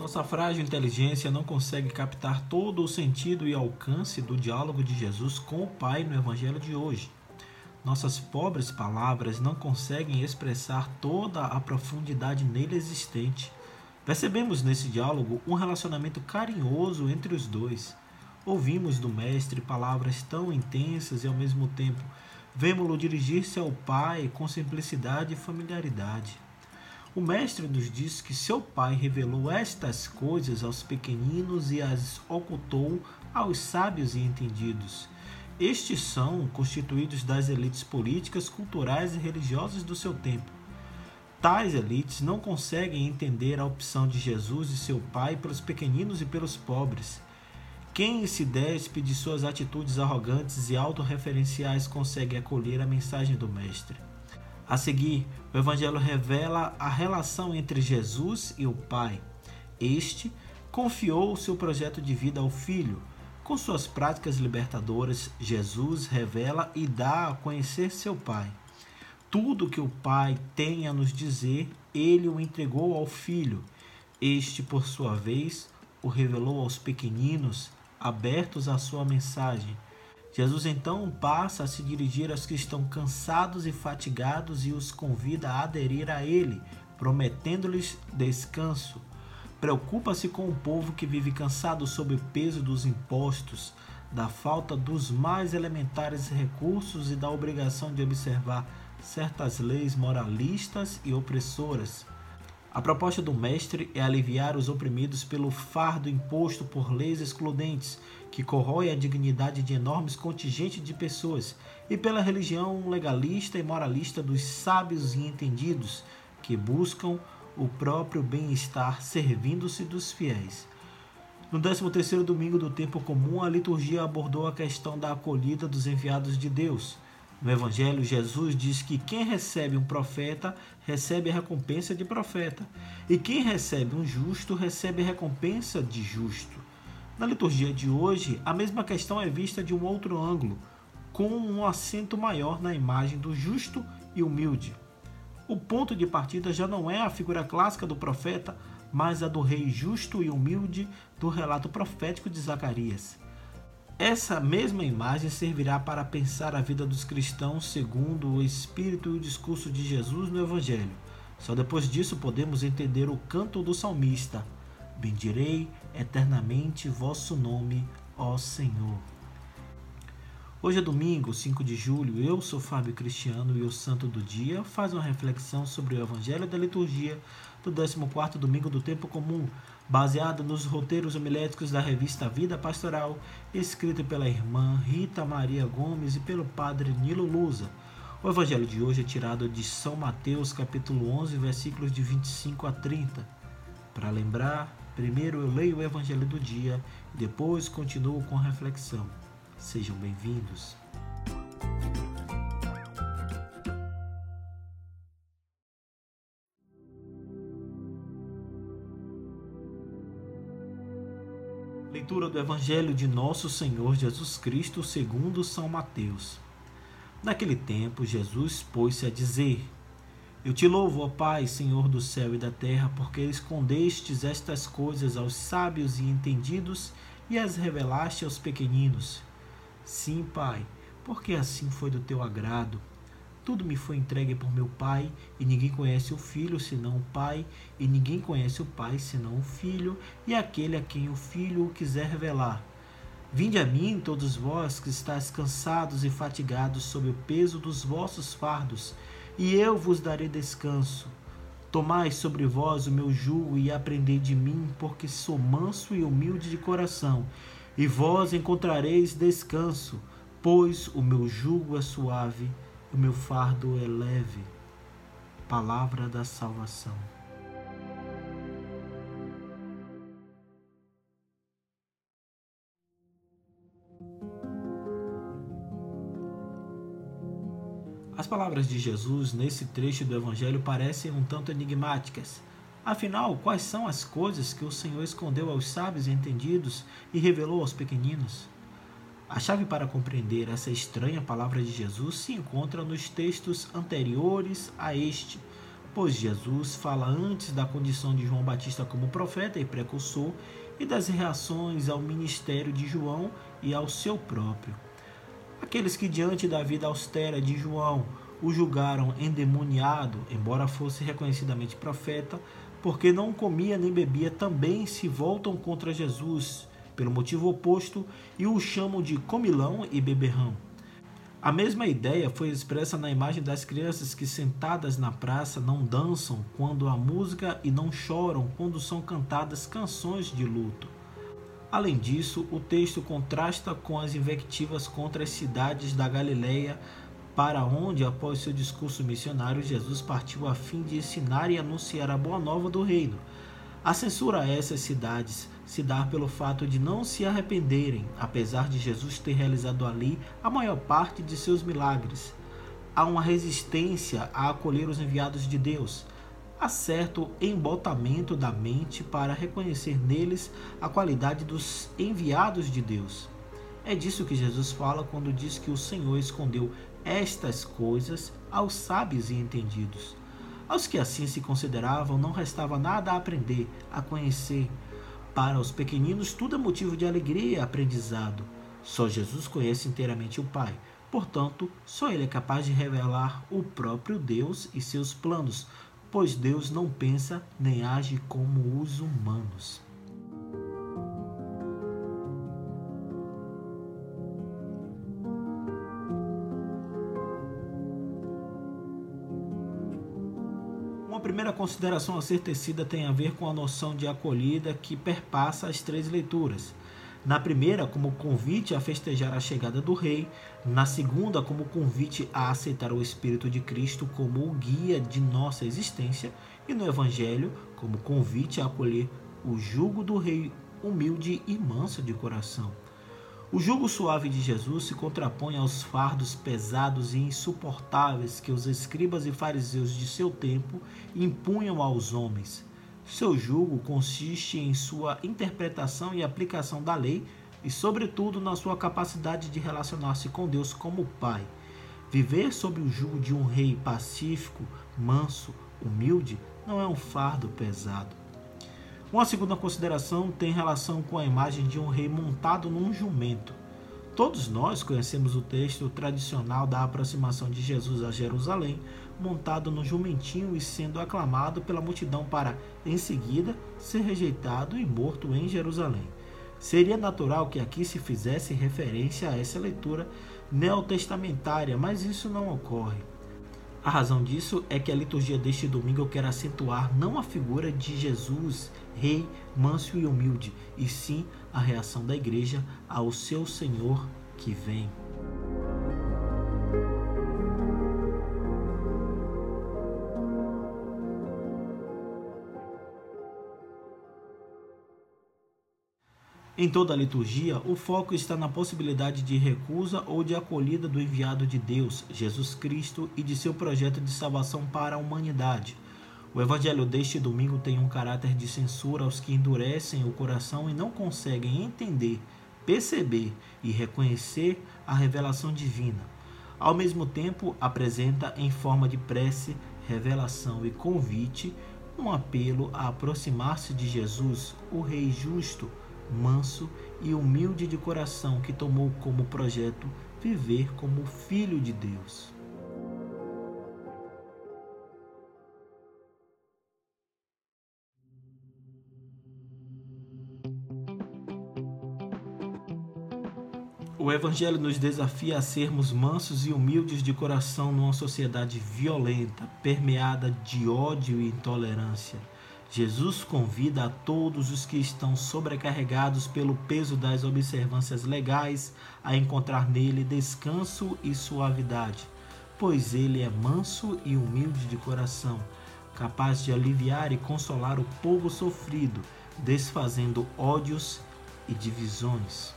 Nossa frágil inteligência não consegue captar todo o sentido e alcance do diálogo de Jesus com o Pai no Evangelho de hoje. Nossas pobres palavras não conseguem expressar toda a profundidade nele existente. Percebemos nesse diálogo um relacionamento carinhoso entre os dois. Ouvimos do Mestre palavras tão intensas e ao mesmo tempo vemo-lo dirigir-se ao Pai com simplicidade e familiaridade. O Mestre nos diz que seu Pai revelou estas coisas aos pequeninos e as ocultou aos sábios e entendidos. Estes são constituídos das elites políticas, culturais e religiosas do seu tempo. Tais elites não conseguem entender a opção de Jesus e seu Pai pelos pequeninos e pelos pobres. Quem se despe de suas atitudes arrogantes e autorreferenciais consegue acolher a mensagem do Mestre. A seguir, o Evangelho revela a relação entre Jesus e o Pai. Este confiou o seu projeto de vida ao Filho. Com suas práticas libertadoras, Jesus revela e dá a conhecer seu Pai. Tudo que o Pai tem a nos dizer, ele o entregou ao Filho. Este, por sua vez, o revelou aos pequeninos, abertos à sua mensagem. Jesus então passa a se dirigir aos que estão cansados e fatigados e os convida a aderir a ele, prometendo-lhes descanso. Preocupa-se com o povo que vive cansado sob o peso dos impostos, da falta dos mais elementares recursos e da obrigação de observar certas leis moralistas e opressoras. A proposta do Mestre é aliviar os oprimidos pelo fardo imposto por leis excludentes, que corrói a dignidade de enormes contingentes de pessoas, e pela religião legalista e moralista dos sábios e entendidos, que buscam o próprio bem-estar servindo-se dos fiéis. No 13º domingo do tempo comum, a liturgia abordou a questão da acolhida dos enviados de Deus. No Evangelho, Jesus diz que quem recebe um profeta recebe a recompensa de profeta, e quem recebe um justo recebe a recompensa de justo. Na liturgia de hoje, a mesma questão é vista de um outro ângulo, com um acento maior na imagem do justo e humilde. O ponto de partida já não é a figura clássica do profeta, mas a do rei justo e humilde do relato profético de Zacarias. Essa mesma imagem servirá para pensar a vida dos cristãos segundo o espírito e o discurso de Jesus no Evangelho. Só depois disso podemos entender o canto do salmista: bendirei eternamente vosso nome, ó Senhor. Hoje é domingo, 5 de julho, eu sou Fábio Cristiano e o Santo do Dia faz uma reflexão sobre o Evangelho da Liturgia do 14º domingo do tempo comum, baseado nos roteiros homiléticos da revista Vida Pastoral, escrito pela irmã Rita Maria Gomes e pelo padre Nilo Lusa. O Evangelho de hoje é tirado de São Mateus, capítulo 11, versículos de 25 a 30. Para lembrar, primeiro eu leio o Evangelho do dia e depois continuo com a reflexão. Sejam bem-vindos. Leitura do Evangelho de Nosso Senhor Jesus Cristo segundo São Mateus. Naquele tempo, Jesus pôs-se a dizer: Eu te louvo, ó Pai, Senhor do céu e da terra, porque escondestes estas coisas aos sábios e entendidos e as revelaste aos pequeninos. Sim, Pai, porque assim foi do teu agrado. Tudo me foi entregue por meu Pai, e ninguém conhece o Filho senão o Pai, e ninguém conhece o Pai senão o Filho, e aquele a quem o Filho o quiser revelar. Vinde a mim, todos vós que estáis cansados e fatigados sob o peso dos vossos fardos, e eu vos darei descanso. Tomai sobre vós o meu jugo e aprendei de mim, porque sou manso e humilde de coração, e vós encontrareis descanso, pois o meu jugo é suave, o meu fardo é leve. Palavra da salvação. As palavras de Jesus nesse trecho do Evangelho parecem um tanto enigmáticas. Afinal, quais são as coisas que o Senhor escondeu aos sábios e entendidos e revelou aos pequeninos? A chave para compreender essa estranha palavra de Jesus se encontra nos textos anteriores a este, pois Jesus fala antes da condição de João Batista como profeta e precursor e das reações ao ministério de João e ao seu próprio. Aqueles que diante da vida austera de João o julgaram endemoniado, embora fosse reconhecidamente profeta, porque não comia nem bebia, também se voltam contra Jesus, pelo motivo oposto, e o chamam de comilão e beberrão. A mesma ideia foi expressa na imagem das crianças que, sentadas na praça, não dançam quando há música e não choram quando são cantadas canções de luto. Além disso, o texto contrasta com as invectivas contra as cidades da Galileia, para onde, após seu discurso missionário, Jesus partiu a fim de ensinar e anunciar a boa nova do reino. A censura a essas cidades se dá pelo fato de não se arrependerem, apesar de Jesus ter realizado ali a maior parte de seus milagres. Há uma resistência a acolher os enviados de Deus. Há certo embotamento da mente para reconhecer neles a qualidade dos enviados de Deus. É disso que Jesus fala quando diz que o Senhor escondeu estas coisas aos sábios e entendidos. Aos que assim se consideravam, não restava nada a aprender, a conhecer. Para os pequeninos, tudo é motivo de alegria e aprendizado. Só Jesus conhece inteiramente o Pai. Portanto, só Ele é capaz de revelar o próprio Deus e seus planos, pois Deus não pensa nem age como os humanos. Uma primeira consideração a ser tecida tem a ver com a noção de acolhida que perpassa as três leituras. Na primeira, como convite a festejar a chegada do Rei. Na segunda, como convite a aceitar o Espírito de Cristo como o guia de nossa existência. E no Evangelho, como convite a acolher o jugo do Rei humilde e manso de coração. O jugo suave de Jesus se contrapõe aos fardos pesados e insuportáveis que os escribas e fariseus de seu tempo impunham aos homens. Seu jugo consiste em sua interpretação e aplicação da lei e, sobretudo, na sua capacidade de relacionar-se com Deus como Pai. Viver sob o jugo de um rei pacífico, manso, humilde, não é um fardo pesado. Uma segunda consideração tem relação com a imagem de um rei montado num jumento. Todos nós conhecemos o texto tradicional da aproximação de Jesus a Jerusalém, montado no jumentinho e sendo aclamado pela multidão para, em seguida, ser rejeitado e morto em Jerusalém. Seria natural que aqui se fizesse referência a essa leitura neotestamentária, mas isso não ocorre. A razão disso é que a liturgia deste domingo quer acentuar não a figura de Jesus, rei, manso e humilde, e sim a reação da igreja ao seu Senhor que vem. Em toda a liturgia, o foco está na possibilidade de recusa ou de acolhida do enviado de Deus, Jesus Cristo, e de seu projeto de salvação para a humanidade. O evangelho deste domingo tem um caráter de censura aos que endurecem o coração e não conseguem entender, perceber e reconhecer a revelação divina. Ao mesmo tempo, apresenta em forma de prece, revelação e convite um apelo a aproximar-se de Jesus, o Rei justo, manso e humilde de coração, que tomou como projeto viver como Filho de Deus. O Evangelho nos desafia a sermos mansos e humildes de coração numa sociedade violenta, permeada de ódio e intolerância. Jesus convida a todos os que estão sobrecarregados pelo peso das observâncias legais a encontrar nele descanso e suavidade, pois ele é manso e humilde de coração, capaz de aliviar e consolar o povo sofrido, desfazendo ódios e divisões.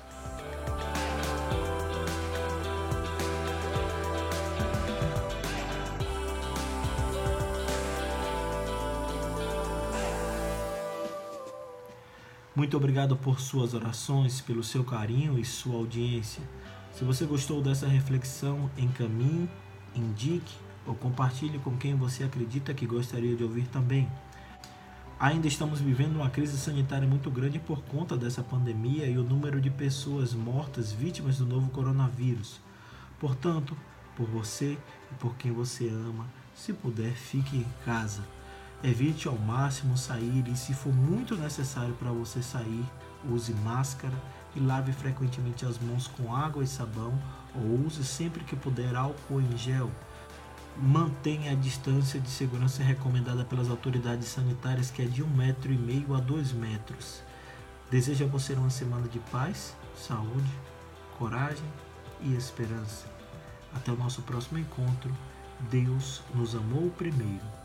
Muito obrigado por suas orações, pelo seu carinho e sua audiência. Se você gostou dessa reflexão, encaminhe, indique ou compartilhe com quem você acredita que gostaria de ouvir também. Ainda estamos vivendo uma crise sanitária muito grande por conta dessa pandemia e o número de pessoas mortas vítimas do novo coronavírus. Portanto, por você e por quem você ama, se puder, fique em casa. Evite ao máximo sair e, se for muito necessário para você sair, use máscara e lave frequentemente as mãos com água e sabão, ou use sempre que puder álcool em gel. Mantenha a distância de segurança recomendada pelas autoridades sanitárias, que é de 1,5 m a 2 metros. Desejo a você uma semana de paz, saúde, coragem e esperança. Até o nosso próximo encontro. Deus nos amou primeiro.